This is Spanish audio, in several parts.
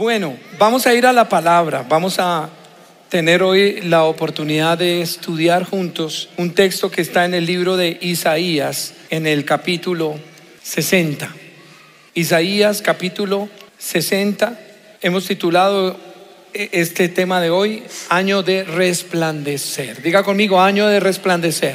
Bueno, vamos a ir a la palabra. Vamos a tener hoy la oportunidad de estudiar juntos un texto que está en el libro de Isaías, en el capítulo 60. Isaías capítulo 60. Hemos titulado este tema de hoy, Año de Resplandecer. Diga conmigo, Año de Resplandecer.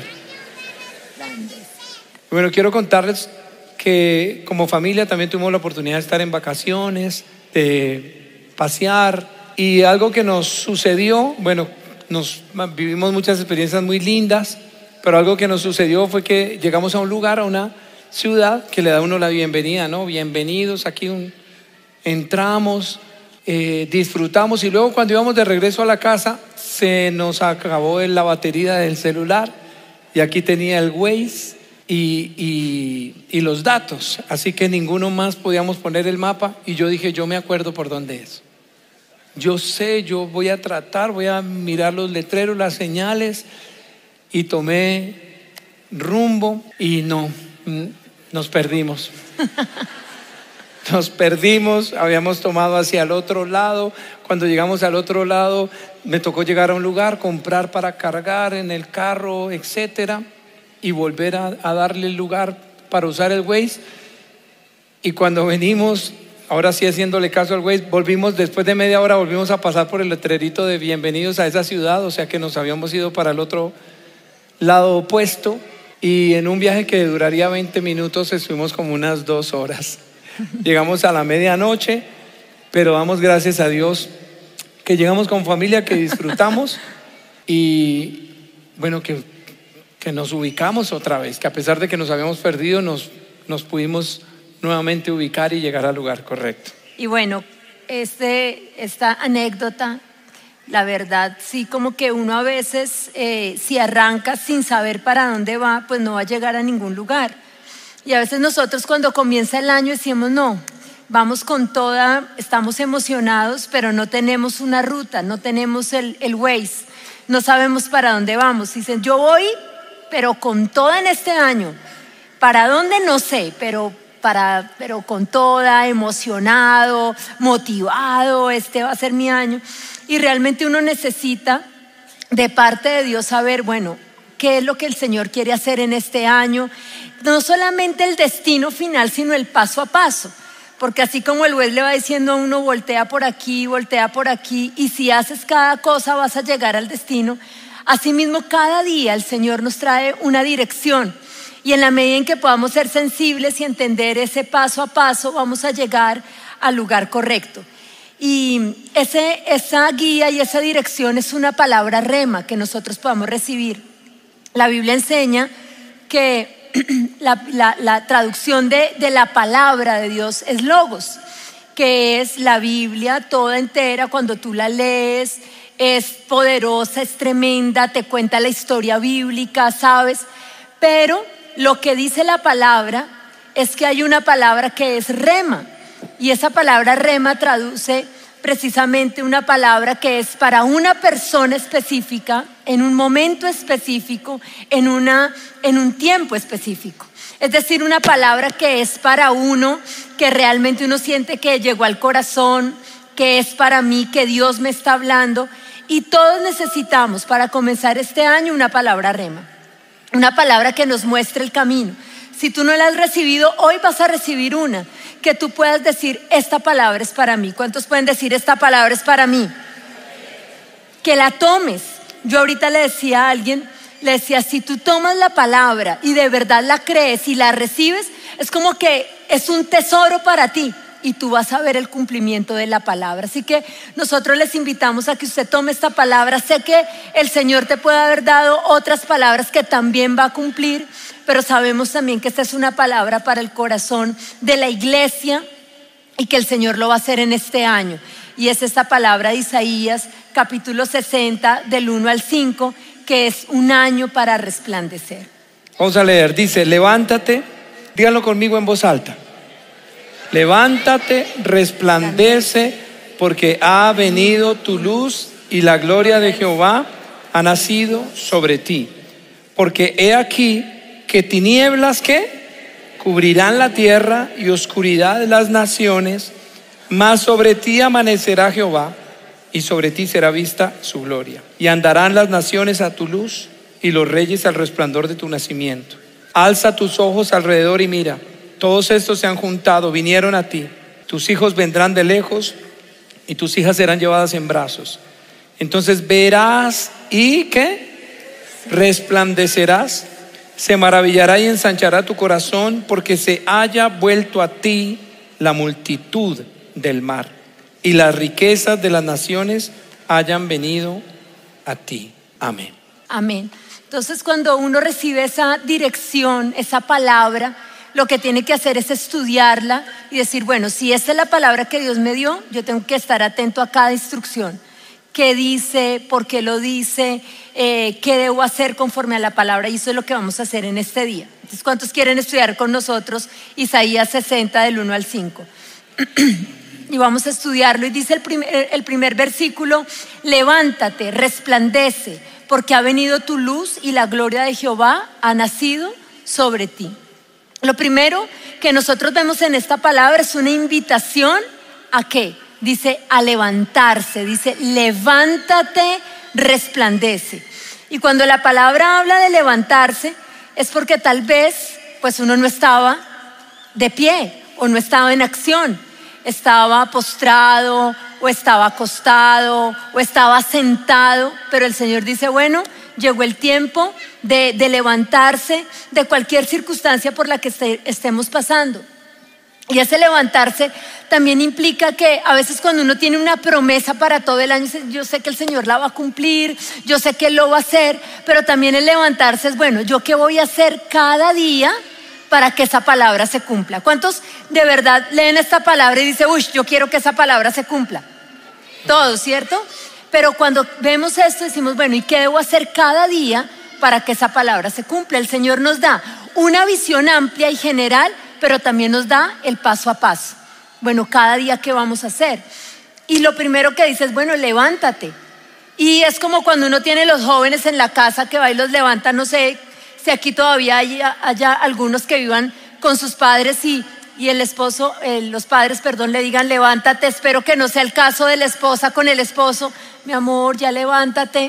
Bueno, quiero contarles que como familia también tuvimos la oportunidad de estar en vacaciones, de pasear, y algo que nos sucedió, bueno, vivimos muchas experiencias muy lindas, pero algo que nos sucedió fue que llegamos a un lugar, a una ciudad que le da a uno la bienvenida, ¿no? Bienvenidos, aquí entramos, disfrutamos, y luego cuando íbamos de regreso a la casa se nos acabó la batería del celular y aquí tenía el Waze y los datos, así que ninguno más podíamos poner el mapa, y yo dije, yo me acuerdo por dónde es. Yo sé, yo voy a mirar los letreros, las señales, y tomé rumbo y no, nos perdimos. Nos perdimos, habíamos tomado hacia el otro lado. Cuando llegamos al otro lado, me tocó llegar a un lugar, comprar para cargar en el carro, etcétera, y volver a darle el lugar para usar el Waze. Y cuando venimos, ahora sí haciéndole caso al Waze, volvimos, después de media hora volvimos a pasar por el letrerito de bienvenidos a esa ciudad, o sea que nos habíamos ido para el otro lado opuesto, y en un viaje que duraría 20 minutos estuvimos como unas 2 horas. Llegamos a la medianoche, pero damos gracias a Dios que llegamos con familia, que disfrutamos, y bueno, que nos ubicamos otra vez, que a pesar de que nos habíamos perdido, nos pudimos nuevamente ubicar y llegar al lugar correcto. Y bueno, esta anécdota, la verdad, sí, como que uno a veces, si arranca sin saber para dónde va, pues no va a llegar a ningún lugar. Y a veces nosotros cuando comienza el año decimos, no, vamos con toda, estamos emocionados, pero no tenemos una ruta, no tenemos el Waze, no sabemos para dónde vamos. Dicen, yo voy, pero con toda en este año. ¿Para dónde? No sé, pero con toda, emocionado, motivado, este va a ser mi año. Y realmente uno necesita de parte de Dios saber, bueno, qué es lo que el Señor quiere hacer en este año. No solamente el destino final, sino el paso a paso. Porque así como el Waze le va diciendo a uno, voltea por aquí, y si haces cada cosa vas a llegar al destino. Asimismo, cada día el Señor nos trae una dirección. Y en la medida en que podamos ser sensibles y entender ese paso a paso, vamos a llegar al lugar correcto. Y esa guía y esa dirección es una palabra rema que nosotros podamos recibir. La Biblia enseña que la traducción de la palabra de Dios es logos, que es la Biblia toda entera. Cuando tú la lees, es poderosa, es tremenda, te cuenta la historia bíblica, ¿sabes? Pero lo que dice la palabra es que hay una palabra que es rema, y esa palabra rema traduce precisamente una palabra que es para una persona específica, en un momento específico, en un tiempo específico. Es decir, una palabra que es para uno, que realmente uno siente que llegó al corazón, que es para mí, que Dios me está hablando. Y todos necesitamos para comenzar este año una palabra rema, una palabra que nos muestre el camino. Si tú no la has recibido, hoy vas a recibir una, que tú puedas decir, esta palabra es para mí. ¿Cuántos pueden decir, esta palabra es para mí? Que la tomes. Yo ahorita le decía a alguien, si tú tomas la palabra y de verdad la crees y la recibes, es como que es un tesoro para ti. Y tú vas a ver el cumplimiento de la palabra. Así que nosotros les invitamos a que usted tome esta palabra. Sé que el Señor te puede haber dado otras palabras que también va a cumplir, pero sabemos también que esta es una palabra para el corazón de la iglesia y que el Señor lo va a hacer en este año. Y es esta palabra de Isaías, capítulo 60, del 1 al 5, que es un año para resplandecer. Vamos a leer, dice, levántate, díganlo conmigo en voz alta. Levántate, resplandece, porque ha venido tu luz y la gloria de Jehová ha nacido sobre ti. Porque he aquí que tinieblas, ¿qué? Cubrirán la tierra y oscuridad de las naciones, Mas sobre ti amanecerá Jehová, y sobre ti será vista su gloria. Y andarán las naciones a tu luz, y los reyes al resplandor de tu nacimiento. Alza tus ojos alrededor y mira, todos estos se han juntado, vinieron a ti. Tus hijos vendrán de lejos, y tus hijas serán llevadas en brazos. Entonces verás y ¿qué? Resplandecerás. Se maravillará y ensanchará tu corazón, porque se haya vuelto a ti la multitud del mar, y las riquezas de las naciones hayan venido a ti. Amén. Amén. Entonces, cuando uno recibe esa dirección, esa palabra, lo que tiene que hacer es estudiarla y decir, bueno, si esta es la palabra que Dios me dio, yo tengo que estar atento a cada instrucción. ¿Qué dice? ¿Por qué lo dice? ¿Qué debo hacer conforme a la palabra? Y eso es lo que vamos a hacer en este día. Entonces, ¿cuántos quieren estudiar con nosotros Isaías 60 del 1 al 5? Y vamos a estudiarlo. Y dice el primer versículo: levántate, resplandece, porque ha venido tu luz y la gloria de Jehová ha nacido sobre ti. Lo primero que nosotros vemos en esta palabra es una invitación ¿a qué? Dice a levantarse, dice levántate, resplandece. Y cuando la palabra habla de levantarse es porque tal vez pues uno no estaba de pie o no estaba en acción, estaba postrado o estaba acostado o estaba sentado, pero el Señor dice, bueno, llegó el tiempo de levantarse de cualquier circunstancia por la que estemos pasando. Y ese levantarse también implica que a veces cuando uno tiene una promesa para todo el año, yo sé que el Señor la va a cumplir, yo sé que Él lo va a hacer, pero también el levantarse es, bueno, ¿yo qué voy a hacer cada día para que esa palabra se cumpla? ¿Cuántos de verdad leen esta palabra y dicen, uy, yo quiero que esa palabra se cumpla? Todos, ¿cierto? Pero cuando vemos esto decimos, bueno, ¿y qué debo hacer cada día para que esa palabra se cumpla? El Señor nos da una visión amplia y general, pero también nos da el paso a paso. Bueno, cada día ¿qué vamos a hacer? Y lo primero que dice es, bueno, levántate. Y es como cuando uno tiene los jóvenes en la casa que va y los levanta. No sé si aquí todavía haya algunos que vivan con sus padres y el esposo, los padres, perdón, le digan levántate. Espero que no sea el caso de la esposa con el esposo. Mi amor, ya levántate.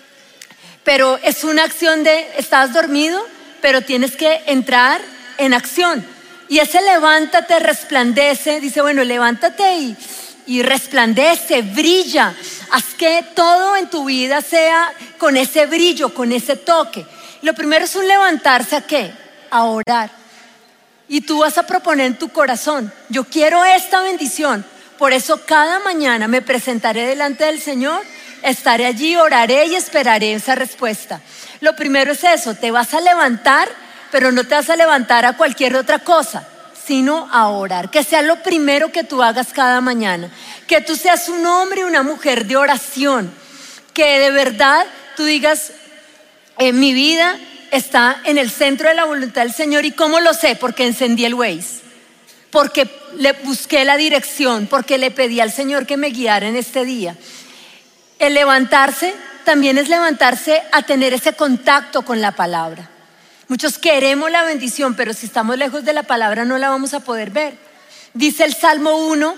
Pero es una acción de, estás dormido, pero tienes que entrar en acción. Y ese levántate, resplandece, dice, bueno, levántate y resplandece, brilla. Haz que todo en tu vida sea con ese brillo, con ese toque. Lo primero es un levantarse ¿a qué? A orar. Y tú vas a proponer en tu corazón, yo quiero esta bendición. Por eso cada mañana me presentaré delante del Señor, estaré allí, oraré y esperaré esa respuesta. Lo primero es eso, te vas a levantar, pero no te vas a levantar a cualquier otra cosa, sino a orar. Que sea lo primero que tú hagas cada mañana. Que tú seas un hombre y una mujer de oración. Que de verdad tú digas, mi vida está en el centro de la voluntad del Señor. ¿Y cómo lo sé? Porque encendí el Waze. Porque le busqué la dirección. Porque le pedí al Señor que me guiara en este día. El levantarse también es levantarse a tener ese contacto con la palabra. Muchos queremos la bendición, pero si estamos lejos de la palabra no la vamos a poder ver. Dice el Salmo 1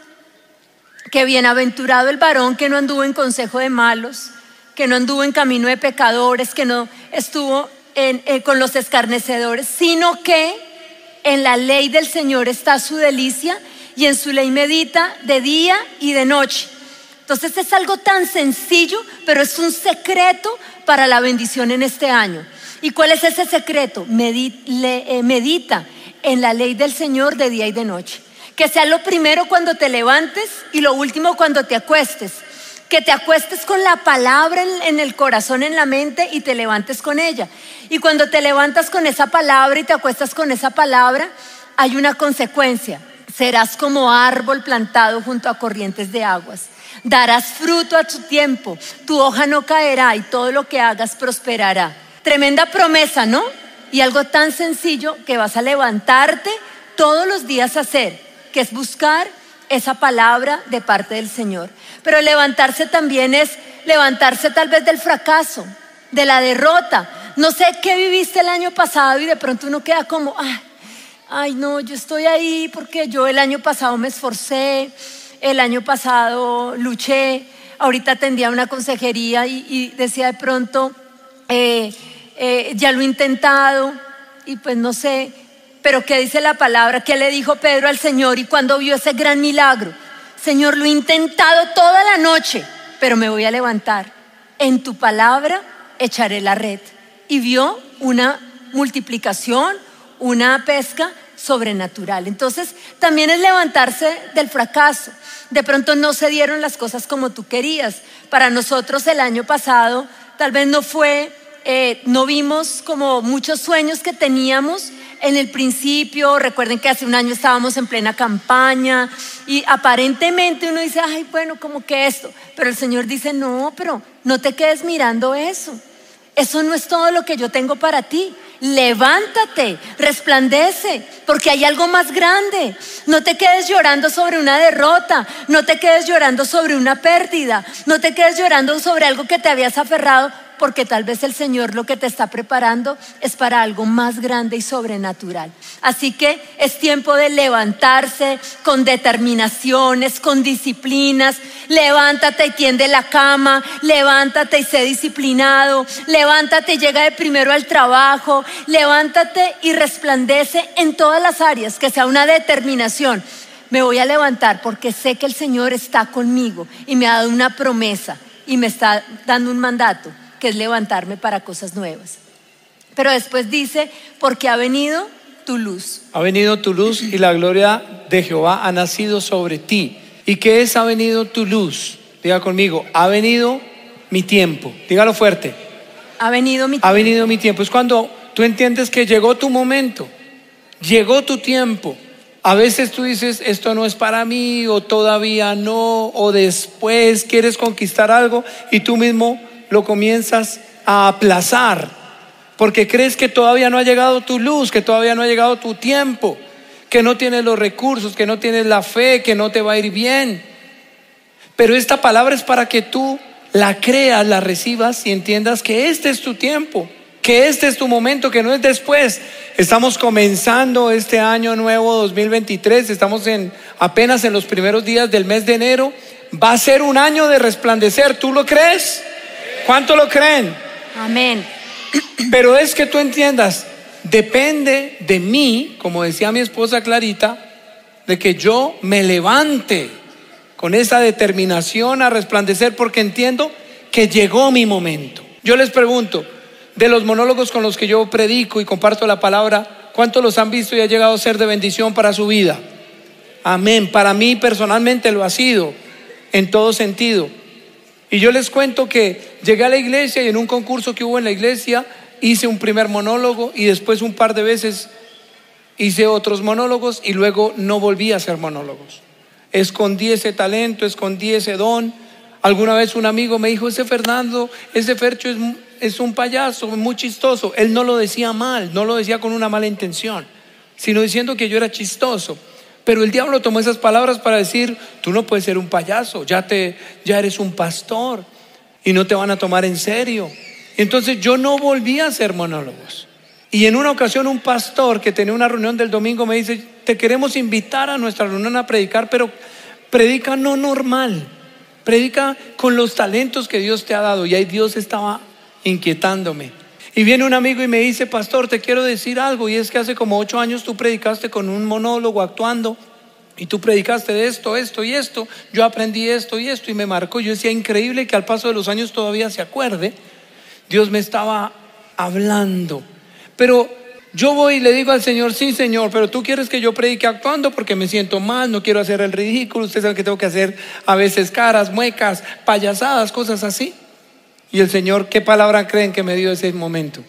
que bienaventurado el varón que no anduvo en consejo de malos, que no anduvo en camino de pecadores, que no estuvo con los escarnecedores, sino que en la ley del Señor está su delicia y en su ley medita de día y de noche. Entonces es algo tan sencillo, pero es un secreto para la bendición en este año. ¿Y cuál es ese secreto? Medita en la ley del Señor de día y de noche. Que sea lo primero cuando te levantes y lo último cuando te acuestes. Que te acuestes con la palabra en el corazón, en la mente y te levantes con ella. Y cuando te levantas con esa palabra y te acuestas con esa palabra, hay una consecuencia. Serás como árbol plantado junto a corrientes de aguas. Darás fruto a tu tiempo, tu hoja no caerá y todo lo que hagas prosperará. Tremenda promesa, ¿no? Y algo tan sencillo que vas a levantarte todos los días a hacer, que es buscar esa palabra de parte del Señor. Pero levantarse también es levantarse tal vez del fracaso, de la derrota. No sé qué viviste el año pasado y de pronto uno queda como, ay no, yo estoy ahí porque yo el año pasado me esforcé, el año pasado luché, ahorita atendía una consejería y decía de pronto, ya lo he intentado y pues no sé, pero ¿qué dice la palabra? ¿Qué le dijo Pedro al Señor y cuando vio ese gran milagro? Señor, lo he intentado toda la noche, pero me voy a levantar. En tu palabra echaré la red. Y vio una multiplicación, una pesca sobrenatural. Entonces, también es levantarse del fracaso. De pronto no se dieron las cosas como tú querías. Para nosotros el año pasado tal vez no fue, no vimos como muchos sueños que teníamos en el principio. Recuerden que hace un año estábamos en plena campaña y aparentemente uno dice, ay, bueno, como que esto. Pero el Señor dice, no, pero no te quedes mirando eso. Eso no es todo lo que yo tengo para ti. Levántate, resplandece, porque hay algo más grande. No te quedes llorando sobre una derrota, no te quedes llorando sobre una pérdida, no te quedes llorando sobre algo que te habías aferrado, porque tal vez el Señor lo que te está preparando es para algo más grande y sobrenatural. Así que es tiempo de levantarse con determinaciones, con disciplinas. Levántate y tiende la cama, levántate y sé disciplinado, levántate y llega de primero al trabajo, levántate y resplandece en todas las áreas, que sea una determinación. Me voy a levantar porque sé que el Señor está conmigo y me ha dado una promesa y me está dando un mandato, que es levantarme para cosas nuevas. Pero después dice, porque ha venido tu luz. Ha venido tu luz y la gloria de Jehová ha nacido sobre ti. ¿Y qué es ha venido tu luz? Diga conmigo, ha venido mi tiempo. Dígalo fuerte. Ha venido mi tiempo. Ha venido mi tiempo. Es cuando tú entiendes que llegó tu momento, llegó tu tiempo. A veces tú dices, esto no es para mí, o todavía no, o después quieres conquistar algo y tú mismo lo comienzas a aplazar porque crees que todavía no ha llegado tu luz, que todavía no ha llegado tu tiempo, que no tienes los recursos, que no tienes la fe, que no te va a ir bien. Pero esta palabra es para que tú la creas, la recibas y entiendas que este es tu tiempo, que este es tu momento, que no es después. Estamos comenzando este año nuevo 2023, estamos apenas en los primeros días del mes de enero. Va a ser un año de resplandecer, ¿tú lo crees? ¿Cuánto lo creen? Amén. Pero es que tú entiendas, depende de mí, como decía mi esposa Clarita, de que yo me levante con esa determinación a resplandecer, porque entiendo que llegó mi momento. Yo les pregunto, de los monólogos con los que yo predico y comparto la palabra, ¿cuántos los han visto y ha llegado a ser de bendición para su vida? Amén. Para mí personalmente lo ha sido en todo sentido. Y yo les cuento que llegué a la iglesia y en un concurso que hubo en la iglesia hice un primer monólogo y después un par de veces hice otros monólogos y luego no volví a hacer monólogos. Escondí ese talento, escondí ese don. Alguna vez un amigo me dijo, ese Fernando, ese Fercho es un payaso, muy chistoso. Él no lo decía mal, no lo decía con una mala intención, sino diciendo que yo era chistoso. Pero el diablo tomó esas palabras para decir, tú no puedes ser un payaso, ya eres un pastor y no te van a tomar en serio. Entonces yo no volví a hacer monólogos. Y en una ocasión un pastor que tenía una reunión del domingo me dice, te queremos invitar a nuestra reunión a predicar, pero predica no normal, predica con los talentos que Dios te ha dado. Y ahí Dios estaba inquietándome. Y viene un amigo y me dice, pastor, te quiero decir algo, y es que hace como 8 años tú predicaste con un monólogo actuando, y tú predicaste de esto, esto y esto, yo aprendí esto y esto, y me marcó. Yo decía, increíble que al paso de los años todavía se acuerde. Dios me estaba hablando. Pero yo voy y le digo al Señor, sí Señor, pero tú quieres que yo predique actuando porque me siento mal, no quiero hacer el ridículo. Usted sabe que tengo que hacer a veces caras, muecas, payasadas, cosas así. Y el Señor, ¿qué palabra creen que me dio ese momento?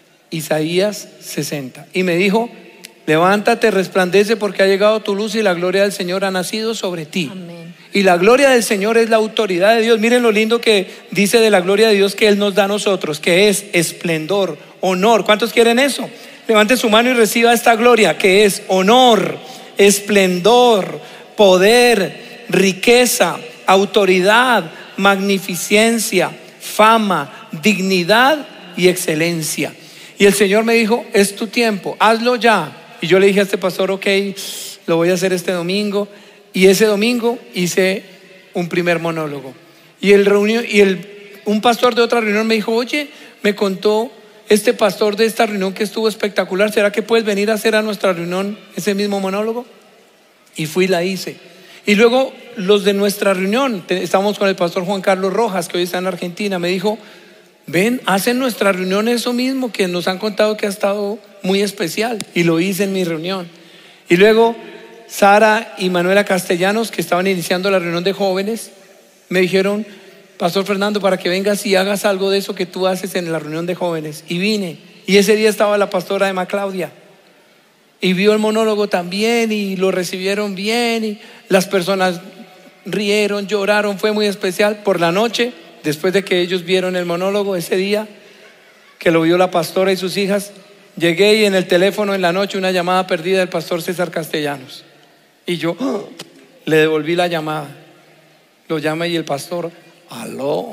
Isaías 60. Y me dijo, levántate, resplandece porque ha llegado tu luz y la gloria del Señor ha nacido sobre ti. Amén. Y la gloria del Señor es la autoridad de Dios. Miren lo lindo que dice de la gloria de Dios que Él nos da a nosotros, que es esplendor, honor. ¿Cuántos quieren eso? Levante su mano y reciba esta gloria, que es honor, esplendor, poder, riqueza, autoridad, magnificencia, fama, dignidad y excelencia. Y el Señor me dijo, es tu tiempo, hazlo ya, Y yo le dije a este pastor, ok, lo voy a hacer este domingo. Y ese domingo hice un primer monólogo. Y un pastor de otra reunión me dijo, oye, me contó este pastor de esta reunión que estuvo espectacular, ¿será que puedes venir a hacer a nuestra reunión ese mismo monólogo? Y fui y la hice. Y luego los de nuestra reunión, estábamos con el pastor Juan Carlos Rojas, que hoy está en Argentina, me dijo, ven, hacen nuestra reunión eso mismo que nos han contado que ha estado muy especial. Y lo hice en mi reunión. Y luego Sara y Manuela Castellanos, que estaban iniciando la reunión de jóvenes, me dijeron, Pastor Fernando, para que vengas y hagas algo de eso que tú haces en la reunión de jóvenes. Y vine, y ese día estaba la pastora Emma Claudia y vio el monólogo también y lo recibieron bien y las personas rieron, lloraron, fue muy especial. Por la noche, después de que ellos vieron el monólogo, ese día que lo vio la pastora y sus hijas, llegué y en el teléfono en la noche una llamada perdida del pastor César Castellanos. Y yo le devolví la llamada. Lo llama y el pastor, aló.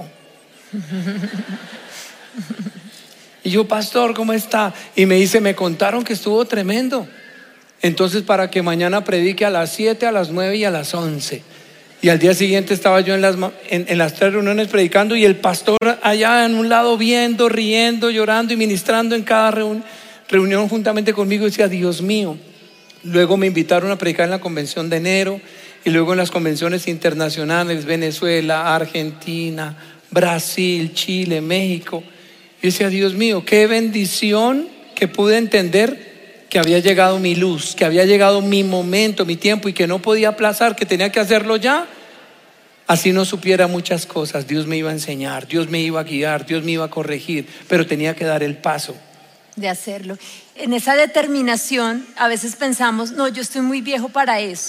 Y yo, pastor, ¿cómo está? Y me dice, me contaron que estuvo tremendo. Entonces, para que mañana predique a las 7, a las 9 y a las 11. Y al día siguiente estaba yo en las 3 reuniones predicando y el pastor allá en un lado viendo, riendo, llorando y ministrando en cada reunión juntamente conmigo. Y decía, Dios mío. Luego me invitaron a predicar en la convención de enero y luego en las convenciones internacionales, Venezuela, Argentina, Brasil, Chile, México. Y decía, Dios mío, qué bendición que pude entender que había llegado mi luz, que había llegado mi momento, mi tiempo y que no podía aplazar, que tenía que hacerlo ya. Así no supiera muchas cosas, Dios me iba a enseñar, Dios me iba a guiar, Dios me iba a corregir, pero tenía que dar el paso de hacerlo. En esa determinación a veces pensamos, no, yo estoy muy viejo para eso,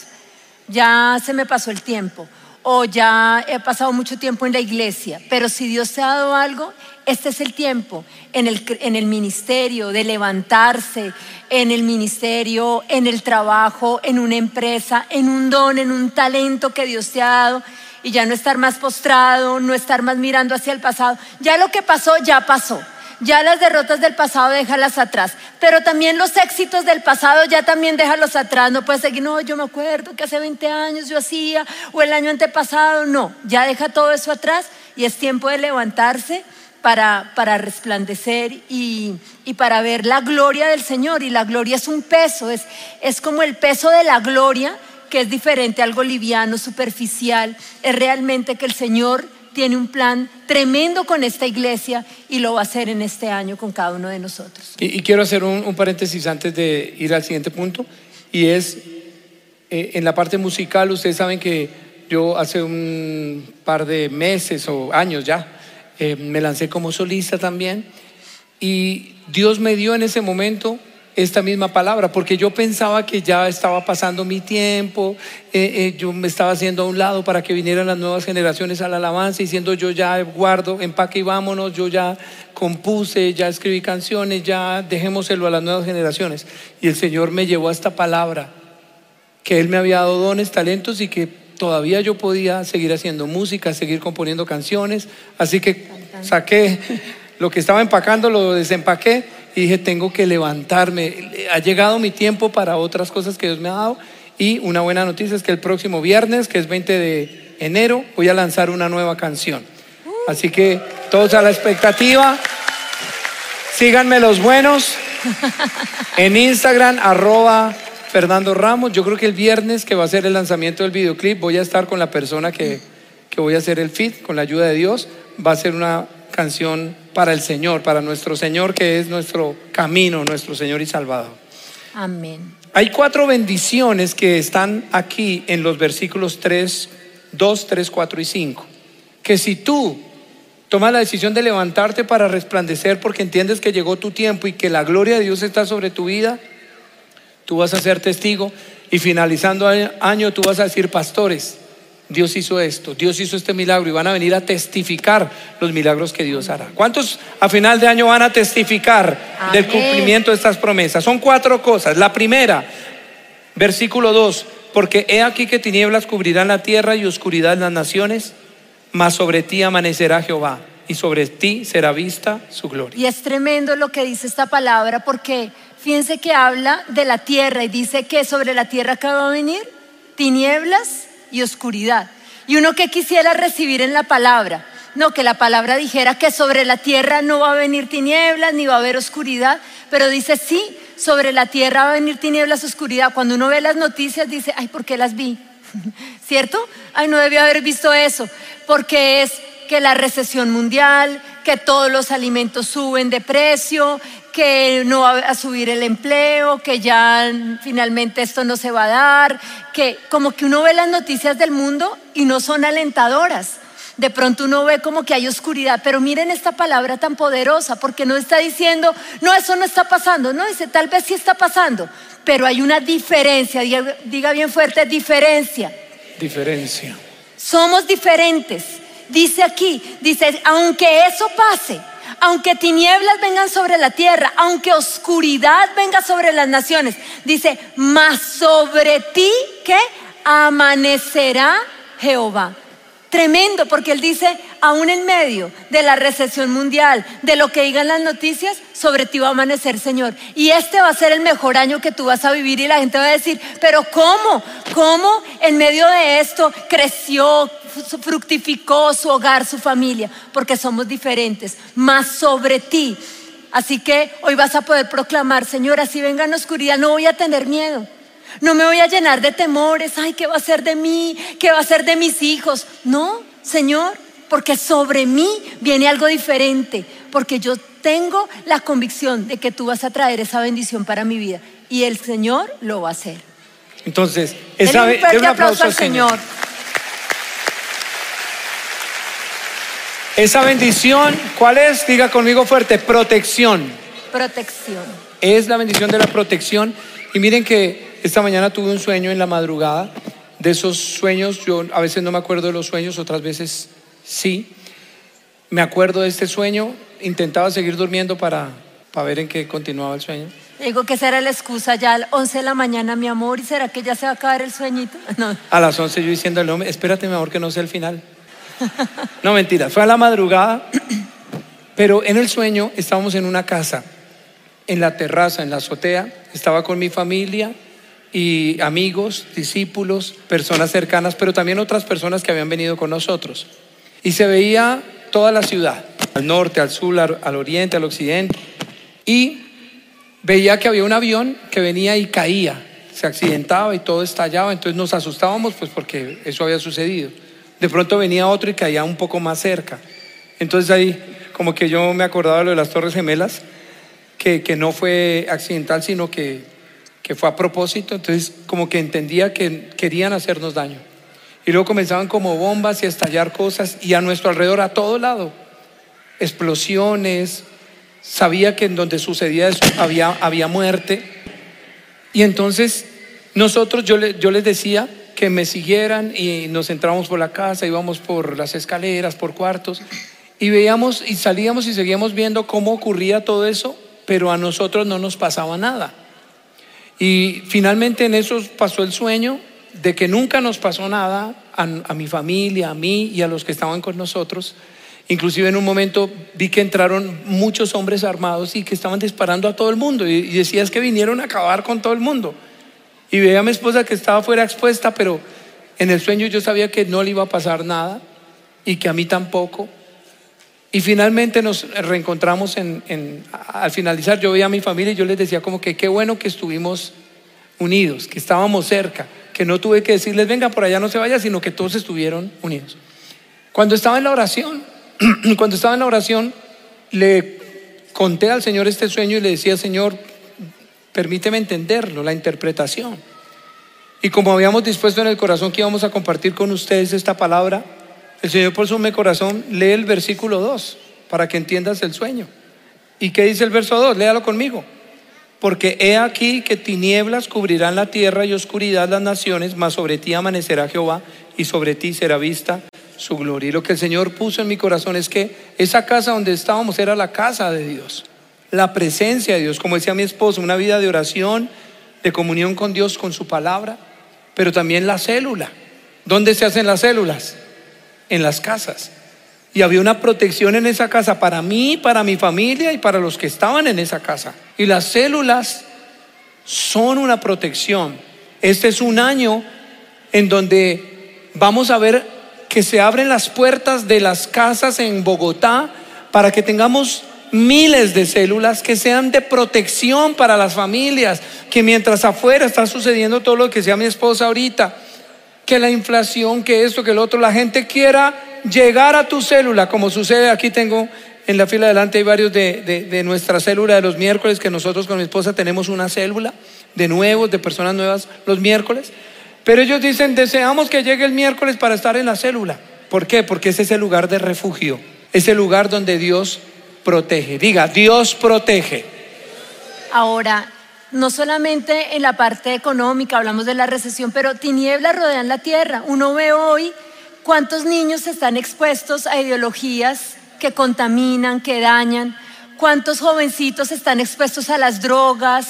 ya se me pasó el tiempo o ya he pasado mucho tiempo en la iglesia, pero si Dios te ha dado algo, este es el tiempo en el ministerio de levantarse, en el ministerio, en el trabajo, en una empresa, en un don, en un talento que Dios te ha dado y ya no estar más postrado, no estar más mirando hacia el pasado. Ya lo que pasó, ya pasó. Ya las derrotas del pasado déjalas atrás, pero también los éxitos del pasado ya también déjalos atrás. No puedes seguir, no, yo me acuerdo que hace 20 años yo hacía o el año antepasado. No, ya deja todo eso atrás y es tiempo de levantarse para resplandecer y para ver la gloria del Señor. Y la gloria es un peso, es como el peso de la gloria, que es diferente a algo liviano, superficial. Es realmente que el Señor tiene un plan tremendo con esta iglesia y lo va a hacer en este año con cada uno de nosotros. Y quiero hacer un paréntesis antes de ir al siguiente punto, y es en la parte musical. Ustedes saben que yo hace un par de meses o años ya me lancé como solista también, y Dios me dio en ese momento esta misma palabra, porque yo pensaba que ya estaba pasando mi tiempo, yo me estaba haciendo a un lado para que vinieran las nuevas generaciones a la alabanza, diciendo yo ya guardo, empaque y vámonos, yo ya compuse, ya escribí canciones, ya dejémoselo a las nuevas generaciones. Y el Señor me llevó a esta palabra, que Él me había dado dones, talentos y que todavía yo podía seguir haciendo música, seguir componiendo canciones. Así que saqué lo que estaba empacando, lo desempaqué y dije, tengo que levantarme. Ha llegado mi tiempo para otras cosas que Dios me ha dado. Y una buena noticia es que el próximo viernes, que es 20 de enero, voy a lanzar una nueva canción. Así que todos a la expectativa. Síganme los buenos en Instagram, @Fernando Ramos. Yo creo que el viernes, que va a ser el lanzamiento del videoclip, voy a estar con la persona que voy a hacer el feat, con la ayuda de Dios. Va a ser una canción para el Señor, para nuestro Señor, que es nuestro camino, nuestro Señor y Salvador. Amén. Hay 4 bendiciones que están aquí en los versículos 2, 3, 4 y 5, que si tú tomas la decisión de levantarte para resplandecer porque entiendes que llegó tu tiempo y que la gloria de Dios está sobre tu vida, tú vas a ser testigo, y finalizando el año tú vas a decir, pastores, Dios hizo esto, Dios hizo este milagro, y van a venir a testificar los milagros que Dios hará. ¿Cuántos a final de año van a testificar del cumplimiento de estas promesas? Son 4 cosas. La primera, versículo 2, porque he aquí que tinieblas cubrirán la tierra y oscuridad las naciones, mas sobre ti amanecerá Jehová y sobre ti será vista su gloria. Y es tremendo lo que dice esta palabra, porque fíjense que habla de la tierra y dice que sobre la tierra ¿qué va a venir? Tinieblas y oscuridad. Y uno que quisiera recibir en la palabra, no, que la palabra dijera que sobre la tierra no va a venir tinieblas ni va a haber oscuridad, pero dice sí, sobre la tierra va a venir tinieblas, oscuridad. Cuando uno ve las noticias dice, ay, ¿por qué las vi? ¿Cierto? Ay, no debía haber visto eso, porque es que la recesión mundial, que todos los alimentos suben de precio, que no va a subir el empleo, que ya finalmente esto no se va a dar, que como que uno ve las noticias del mundo y no son alentadoras. De pronto uno ve como que hay oscuridad, pero miren esta palabra tan poderosa, porque no está diciendo, no, eso no está pasando, no, dice, tal vez sí está pasando, pero hay una diferencia, diga bien fuerte, diferencia. Diferencia. Somos diferentes, dice aquí, dice, aunque eso pase, aunque tinieblas vengan sobre la tierra, aunque oscuridad venga sobre las naciones, dice, mas sobre ti, ¿qué? Amanecerá Jehová. Tremendo, porque él dice, aún en medio de la recesión mundial, de lo que digan las noticias, sobre ti va a amanecer, Señor. Y este va a ser el mejor año que tú vas a vivir. Y la gente va a decir, pero ¿cómo? ¿Cómo en medio de esto creció, fructificó su hogar, su familia? Porque somos diferentes, más sobre ti. Así que hoy vas a poder proclamar, Señor, así venga en oscuridad, no voy a tener miedo. No me voy a llenar de temores, ay, ¿qué va a ser de mí? ¿Qué va a ser de mis hijos? No, Señor, porque sobre mí viene algo diferente, porque yo tengo la convicción de que tú vas a traer esa bendición para mi vida y el Señor lo va a hacer. Entonces, un fuerte aplauso al Señor. Esa bendición, ¿cuál es? Diga conmigo fuerte, protección. Protección. Es la bendición de la protección. Y miren que esta mañana tuve un sueño en la madrugada. De esos sueños, yo a veces no me acuerdo de los sueños, otras veces sí. Me acuerdo de este sueño, intentaba seguir durmiendo para ver en qué continuaba el sueño. Digo que esa era la excusa, ya a las 11 de la mañana, mi amor, ¿y será que ya se va a acabar el sueñito? No. A las 11 yo diciéndole, no, espérate mi amor que no sea el final. No, mentira, fue a la madrugada, pero en el sueño estábamos en una casa, en la terraza, en la azotea, estaba con mi familia y amigos, discípulos, personas cercanas, pero también otras personas que habían venido con nosotros. Y se veía toda la ciudad, al norte, al sur, al oriente, al occidente. Y veía que había un avión que venía y caía, se accidentaba y todo estallaba. Entonces nos asustábamos pues porque eso había sucedido. De pronto venía otro y caía un poco más cerca. Entonces ahí como que yo me acordaba de lo de las Torres Gemelas, que no fue accidental, sino que fue a propósito. Entonces como que entendía que querían hacernos daño. Y luego comenzaban como bombas y a estallar cosas y a nuestro alrededor, a todo lado, explosiones. Sabía que en donde sucedía eso había muerte. Y entonces nosotros, yo les decía que me siguieran y nos entrábamos por la casa, íbamos por las escaleras, por cuartos y veíamos y salíamos y seguíamos viendo cómo ocurría todo eso, pero a nosotros no nos pasaba nada. Y finalmente en eso pasó el sueño de que nunca nos pasó nada a mi familia, a mí y a los que estaban con nosotros. Inclusive en un momento vi que entraron muchos hombres armados y que estaban disparando a todo el mundo y decía, es que vinieron a acabar con todo el mundo. Y veía a mi esposa que estaba fuera expuesta, pero en el sueño yo sabía que no le iba a pasar nada y que a mí tampoco. Y finalmente nos reencontramos al finalizar. Yo veía a mi familia y yo les decía como que qué bueno que estuvimos unidos, que estábamos cerca, que no tuve que decirles venga por allá no se vaya, sino que todos estuvieron unidos. Cuando estaba en la oración, le conté al Señor este sueño y le decía, Señor, permíteme entenderlo, la interpretación. Y como habíamos dispuesto en el corazón que íbamos a compartir con ustedes esta palabra, el Señor puso en mi corazón, lee el versículo 2 para que entiendas el sueño. ¿Y qué dice el verso 2? Léalo conmigo. Porque he aquí que tinieblas cubrirán la tierra y oscuridad las naciones, mas sobre ti amanecerá Jehová y sobre ti será vista su gloria. Y lo que el Señor puso en mi corazón es que esa casa donde estábamos era la casa de Dios, la presencia de Dios, como decía mi esposo, una vida de oración, de comunión con Dios, con su palabra, pero también la célula. ¿Dónde se hacen las células? En las casas. Y había una protección en esa casa para mí, para mi familia y para los que estaban en esa casa. Y las células son una protección. Este es un año en donde vamos a ver que se abren las puertas de las casas en Bogotá para que tengamos miles de células que sean de protección para las familias, que mientras afuera está sucediendo todo lo que sea mi esposa ahorita, que la inflación, que esto, que lo otro, la gente quiera llegar a tu célula, como sucede aquí. Tengo en la fila adelante, hay varios de nuestra célula de los miércoles, que nosotros con mi esposa tenemos una célula de nuevos, de personas nuevas los miércoles, pero ellos dicen: deseamos que llegue el miércoles para estar en la célula. ¿Por qué? Porque ese es el lugar de refugio, es el lugar donde Dios protege. Diga: Dios protege. Ahora, no solamente en la parte económica hablamos de la recesión, pero tinieblas rodean la tierra. Uno ve hoy cuántos niños están expuestos a ideologías que contaminan, que dañan, cuántos jovencitos están expuestos a las drogas,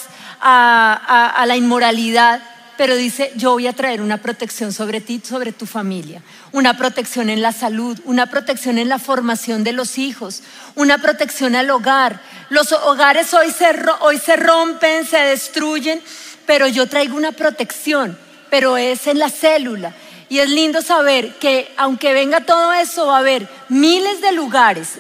a la inmoralidad. Pero dice: yo voy a traer una protección sobre ti, sobre tu familia, una protección en la salud, una protección en la formación de los hijos, una protección al hogar. Los hogares hoy se rompen, se destruyen, pero yo traigo una protección, pero es en la célula. Y es lindo saber que aunque venga todo eso, va a haber miles de lugares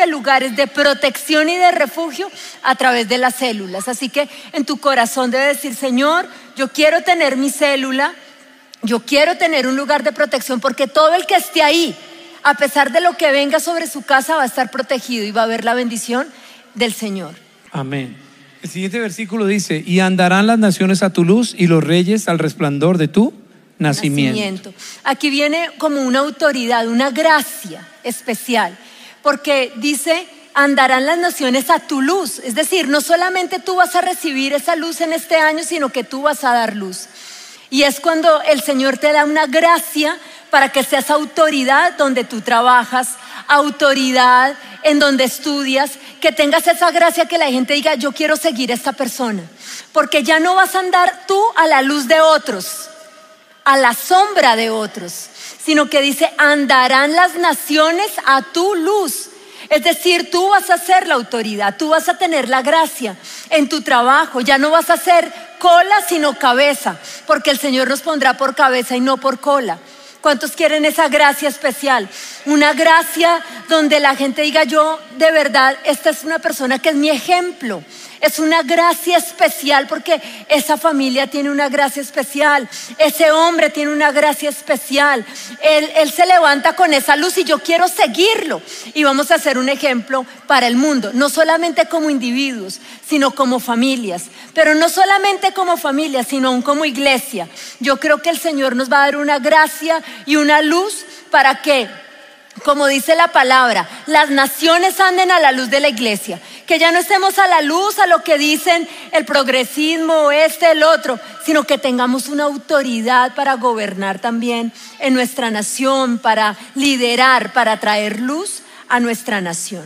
de protección y de refugio a través de las células. Así que en tu corazón debes decir: Señor, yo quiero tener mi célula, yo quiero tener un lugar de protección, porque todo el que esté ahí, a pesar de lo que venga sobre su casa, va a estar protegido y va a haber la bendición del Señor. Amén. El siguiente versículo dice: y andarán las naciones a tu luz y los reyes al resplandor de tu nacimiento. Aquí viene como una autoridad, una gracia especial, porque dice: andarán las naciones a tu luz. Es decir, no solamente tú vas a recibir esa luz en este año, sino que tú vas a dar luz. Y es cuando el Señor te da una gracia para que seas autoridad donde tú trabajas, autoridad en donde estudias, que tengas esa gracia que la gente diga: yo quiero seguir a esta persona, porque ya no vas a andar tú a la luz de otros, a la sombra de otros, sino que dice: andarán las naciones a tu luz. Es decir, tú vas a ser la autoridad, tú vas a tener la gracia en tu trabajo. Ya no vas a ser cola sino cabeza, porque el Señor nos pondrá por cabeza y no por cola. ¿Cuántos quieren esa gracia especial? Una gracia donde la gente diga: yo de verdad, esta es una persona que es mi ejemplo. Es una gracia especial porque esa familia tiene una gracia especial, ese hombre tiene una gracia especial. Él se levanta con esa luz y yo quiero seguirlo. Y vamos a ser un ejemplo para el mundo, no solamente como individuos, sino como familias. Pero no solamente como familias, sino aún como iglesia. Yo creo que el Señor nos va a dar una gracia y una luz para que, como dice la palabra, las naciones anden a la luz de la iglesia. Que ya no estemos a la luz a lo que dicen el progresismo, el otro, sino que tengamos una autoridad para gobernar también en nuestra nación, para liderar, para traer luz a nuestra nación.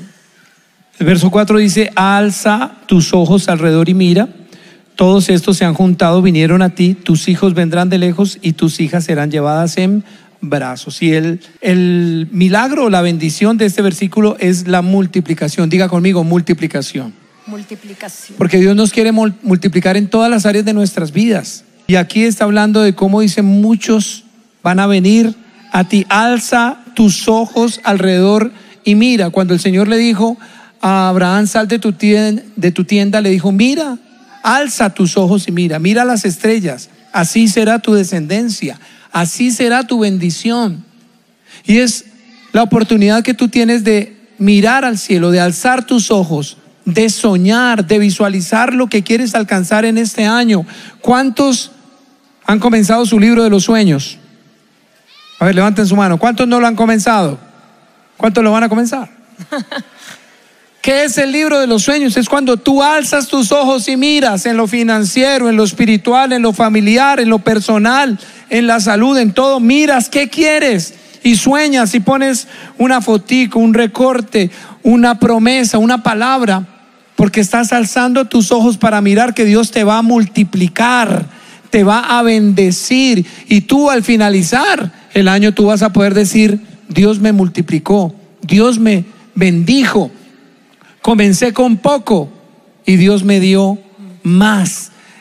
El verso 4 dice: alza tus ojos alrededor y mira, todos estos se han juntado, vinieron a ti, tus hijos vendrán de lejos y tus hijas serán llevadas en brazos. Y el milagro, la bendición de este versículo es la multiplicación. Diga conmigo: multiplicación. Multiplicación. Porque Dios nos quiere multiplicar en todas las áreas de nuestras vidas. Y aquí está hablando de cómo dice: muchos van a venir a ti. Alza tus ojos alrededor y mira. Cuando el Señor le dijo a Abraham: sal de tu tienda, le dijo: mira, alza tus ojos y mira, mira las estrellas, así será tu descendencia, así será tu bendición. Y es la oportunidad que tú tienes de mirar al cielo, de alzar tus ojos, de soñar, de visualizar lo que quieres alcanzar en este año. ¿Cuántos han comenzado su libro de los sueños? A ver, levanten su mano. ¿Cuántos no lo han comenzado? ¿Cuántos lo van a comenzar? ¿Qué es el libro de los sueños? Es cuando tú alzas tus ojos y miras en lo financiero, en lo espiritual, en lo familiar, en lo personal, en la salud, en todo. Miras qué quieres y sueñas y pones una fotico, un recorte, una promesa, una palabra, porque estás alzando tus ojos para mirar que Dios te va a multiplicar, te va a bendecir. Y tú, al finalizar el año, tú vas a poder decir: Dios me multiplicó, Dios me bendijo. Comencé con poco y Dios me dio más.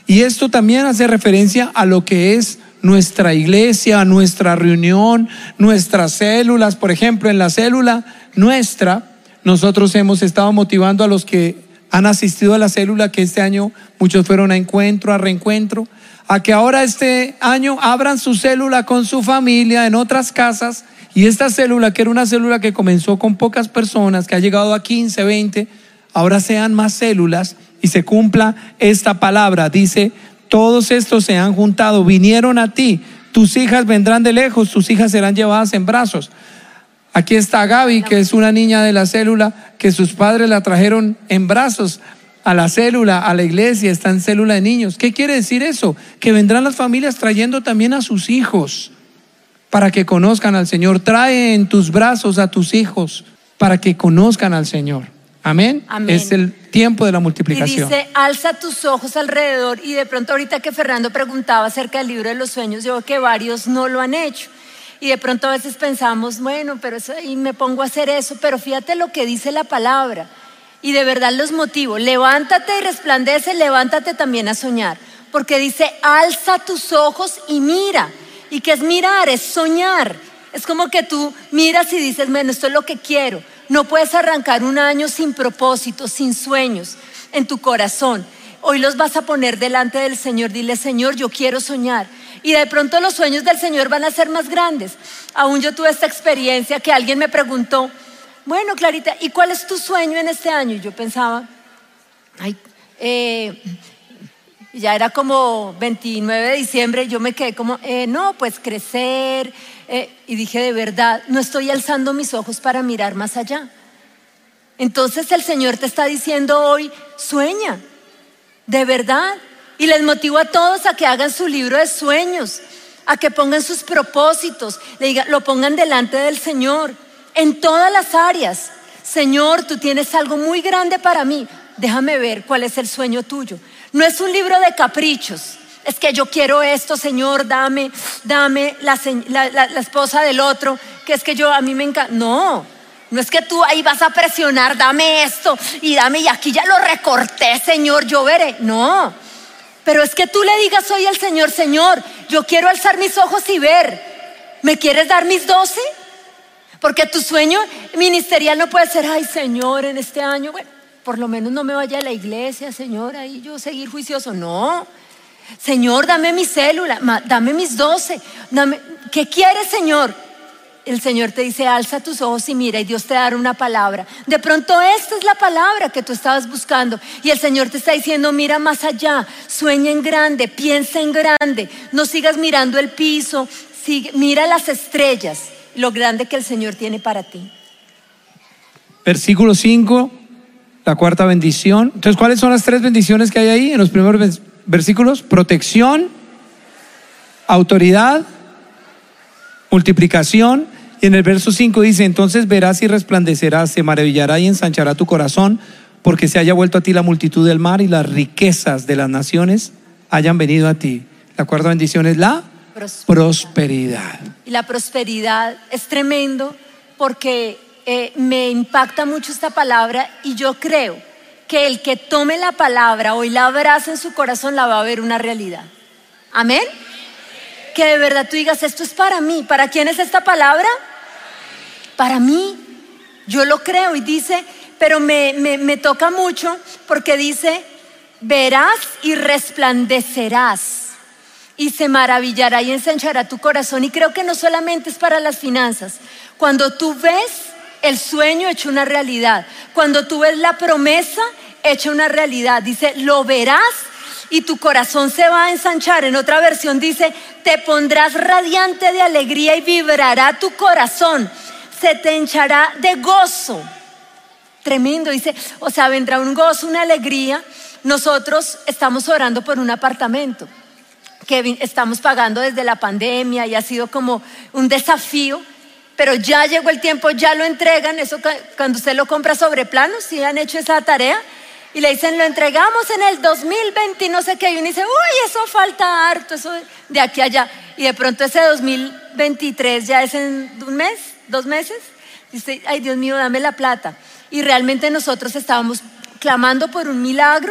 Y esto también hace referencia a lo que es nuestra iglesia, nuestra reunión, nuestras células. Por ejemplo, en la célula nuestra, nosotros hemos estado motivando a los que han asistido a la célula, que este año muchos fueron a encuentro, a reencuentro, a que ahora este año abran su célula con su familia en otras casas. Y esta célula, que era una célula que comenzó con pocas personas, que ha llegado a 15, 20, ahora sean más células y se cumpla esta palabra. Dice: todos estos se han juntado, vinieron a ti, tus hijas vendrán de lejos, tus hijas serán llevadas en brazos. Aquí está Gaby, que es una niña de la célula, que sus padres la trajeron en brazos a la célula, a la iglesia, está en célula de niños. ¿Qué quiere decir eso? Que vendrán las familias trayendo también a sus hijos para que conozcan al Señor. Trae en tus brazos a tus hijos para que conozcan al Señor. Amén. Amén. Es el tiempo de la Y multiplicación. dice: alza tus ojos alrededor. Y de pronto, ahorita que Fernando preguntaba acerca del libro de los sueños, yo veo que varios no lo han hecho. Y de pronto a veces pensamos, bueno, pero eso, y me pongo a hacer eso. Pero fíjate lo que dice la palabra. Y de verdad los motivo: levántate y resplandece, levántate también a soñar. Porque dice: alza tus ojos y mira. ¿Y qué es mirar? Es soñar. Es como que tú miras y dices, bueno, esto es lo que quiero. No puedes arrancar un año sin propósito, sin sueños en tu corazón. Hoy los vas a poner delante del Señor. Dile: Señor, yo quiero soñar. Y de pronto los sueños del Señor van a ser más grandes. Aún yo tuve esta experiencia que alguien me preguntó: bueno, Clarita, ¿y cuál es tu sueño en este año? Y yo pensaba, ya era como 29 de diciembre, yo me quedé como, no, pues crecer. Y dije, de verdad, no estoy alzando mis ojos para mirar más allá. Entonces el Señor te está diciendo hoy: sueña, de verdad. Y les motivo a todos a que hagan su libro de sueños, a que pongan sus propósitos, lo pongan delante del Señor en todas las áreas. Señor, tú tienes algo muy grande para mí, déjame ver cuál es el sueño tuyo. No es un libro de caprichos. Es que yo quiero esto, Señor, dame la esposa del otro, que es que a mí me encanta. No es que tú ahí vas a presionar, dame esto y dame, y aquí ya lo recorté, Señor, yo veré. No, pero es que tú le digas hoy al Señor: Señor, yo quiero alzar mis ojos y ver. ¿Me quieres dar mis 12? Porque tu sueño ministerial no puede ser: ay, Señor, en este año, bueno, por lo menos no me vaya a la iglesia, Señor, ahí yo seguir juicioso. No, Señor, dame mi célula, dame mis 12, ¿qué quieres, Señor? El Señor te dice: alza tus ojos y mira, y Dios te dará una palabra. De pronto esta es la palabra que tú estabas buscando, y el Señor te está diciendo: mira más allá, sueña en grande, piensa en grande, no sigas mirando el piso, mira las estrellas, lo grande que el Señor tiene para ti. Versículo 5, la cuarta bendición. Entonces, ¿cuáles son las 3 bendiciones que hay ahí en los primeros versículos? Protección, autoridad, multiplicación. Y en el verso 5 dice: entonces verás y resplandecerás, se maravillará y ensanchará tu corazón, porque se haya vuelto a ti la multitud del mar y las riquezas de las naciones hayan venido a ti. La cuarta bendición es la prosperidad. Y la prosperidad es tremendo, porque me impacta mucho esta palabra, y yo creo que el que tome la palabra hoy, la abraza en su corazón, la va a ver una realidad. Amén. Que de verdad tú digas: esto es para mí. ¿Para quién es esta palabra? Para mí. Yo lo creo. Y dice, pero me toca mucho, porque dice: verás y resplandecerás, y se maravillará y ensanchará tu corazón. Y creo que no solamente es para las finanzas. Cuando tú ves el sueño hecho una realidad, cuando tú ves la promesa hecha una realidad, dice: lo verás y tu corazón se va a ensanchar. En otra versión dice: te pondrás radiante de alegría y vibrará tu corazón, se te hinchará de gozo. Tremendo, dice, o sea, vendrá un gozo, una alegría. Nosotros estamos orando por un apartamento que estamos pagando desde la pandemia, y ha sido como un desafío, pero ya llegó el tiempo, ya lo entregan. Eso cuando usted lo compra sobre plano, ¿sí han hecho esa tarea? Y le dicen: lo entregamos en el 2020 y no sé qué, y uno dice: uy, eso falta harto, eso de aquí a allá. Y de pronto ese 2023 ya es en un mes, 2 meses. Dice: ay, Dios mío, dame la plata. Y realmente nosotros estábamos clamando por un milagro,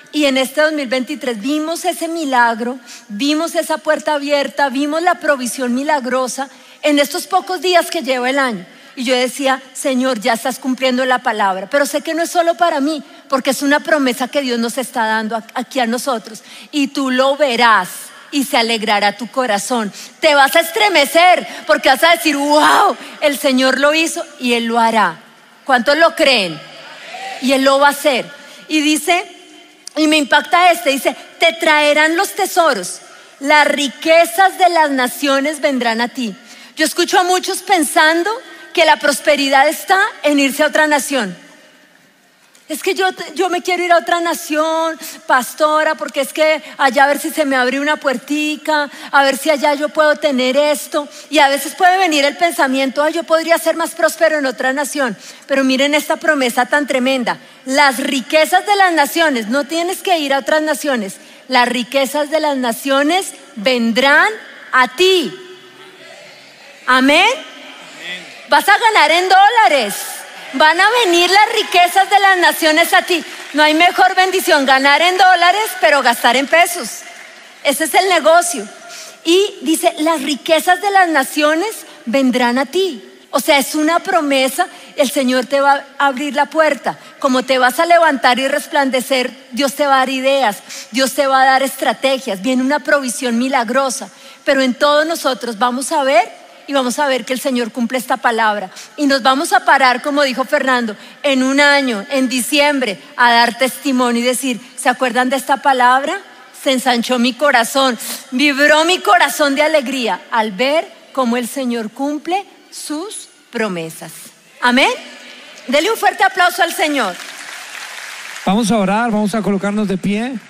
Y en este 2023 vimos ese milagro, vimos esa puerta abierta, vimos la provisión milagrosa en estos pocos días que lleva el año. Y yo decía, Señor, ya estás cumpliendo la palabra, pero sé que no es solo para mí, porque es una promesa que Dios nos está dando aquí a nosotros. Y tú lo verás y se alegrará tu corazón. Te vas a estremecer porque vas a decir, wow, el Señor lo hizo y Él lo hará. ¿Cuántos lo creen? Y Él lo va a hacer. Y dice, y me impacta dice, te traerán los tesoros, las riquezas de las naciones vendrán a ti. Yo escucho a muchos pensando que la prosperidad está en irse a otra nación. Es que yo me quiero ir a otra nación, pastora, porque es que allá a ver si se me abre una puertica, a ver si allá yo puedo tener esto. Y a veces puede venir el pensamiento, yo podría ser más próspero en otra nación. Pero miren esta promesa tan tremenda. Las riquezas de las naciones, no tienes que ir a otras naciones. Las riquezas de las naciones vendrán a ti. Amén. Vas a ganar en dólares. Van a venir las riquezas de las naciones a ti. No hay mejor bendición ganar en dólares, pero gastar en pesos. Ese es el negocio. Y dice, las riquezas de las naciones vendrán a ti. O sea, es una promesa. El Señor te va a abrir la puerta. Como te vas a levantar y resplandecer, Dios te va a dar ideas, Dios te va a dar estrategias. Viene una provisión milagrosa. Pero en todos nosotros vamos a ver y vamos a ver que el Señor cumple esta palabra. Y nos vamos a parar, como dijo Fernando, en un año, en diciembre, a dar testimonio y decir, ¿se acuerdan de esta palabra? Se ensanchó mi corazón, vibró mi corazón de alegría al ver cómo el Señor cumple sus promesas. Amén. Dele un fuerte aplauso al Señor. Vamos a orar, vamos a colocarnos de pie.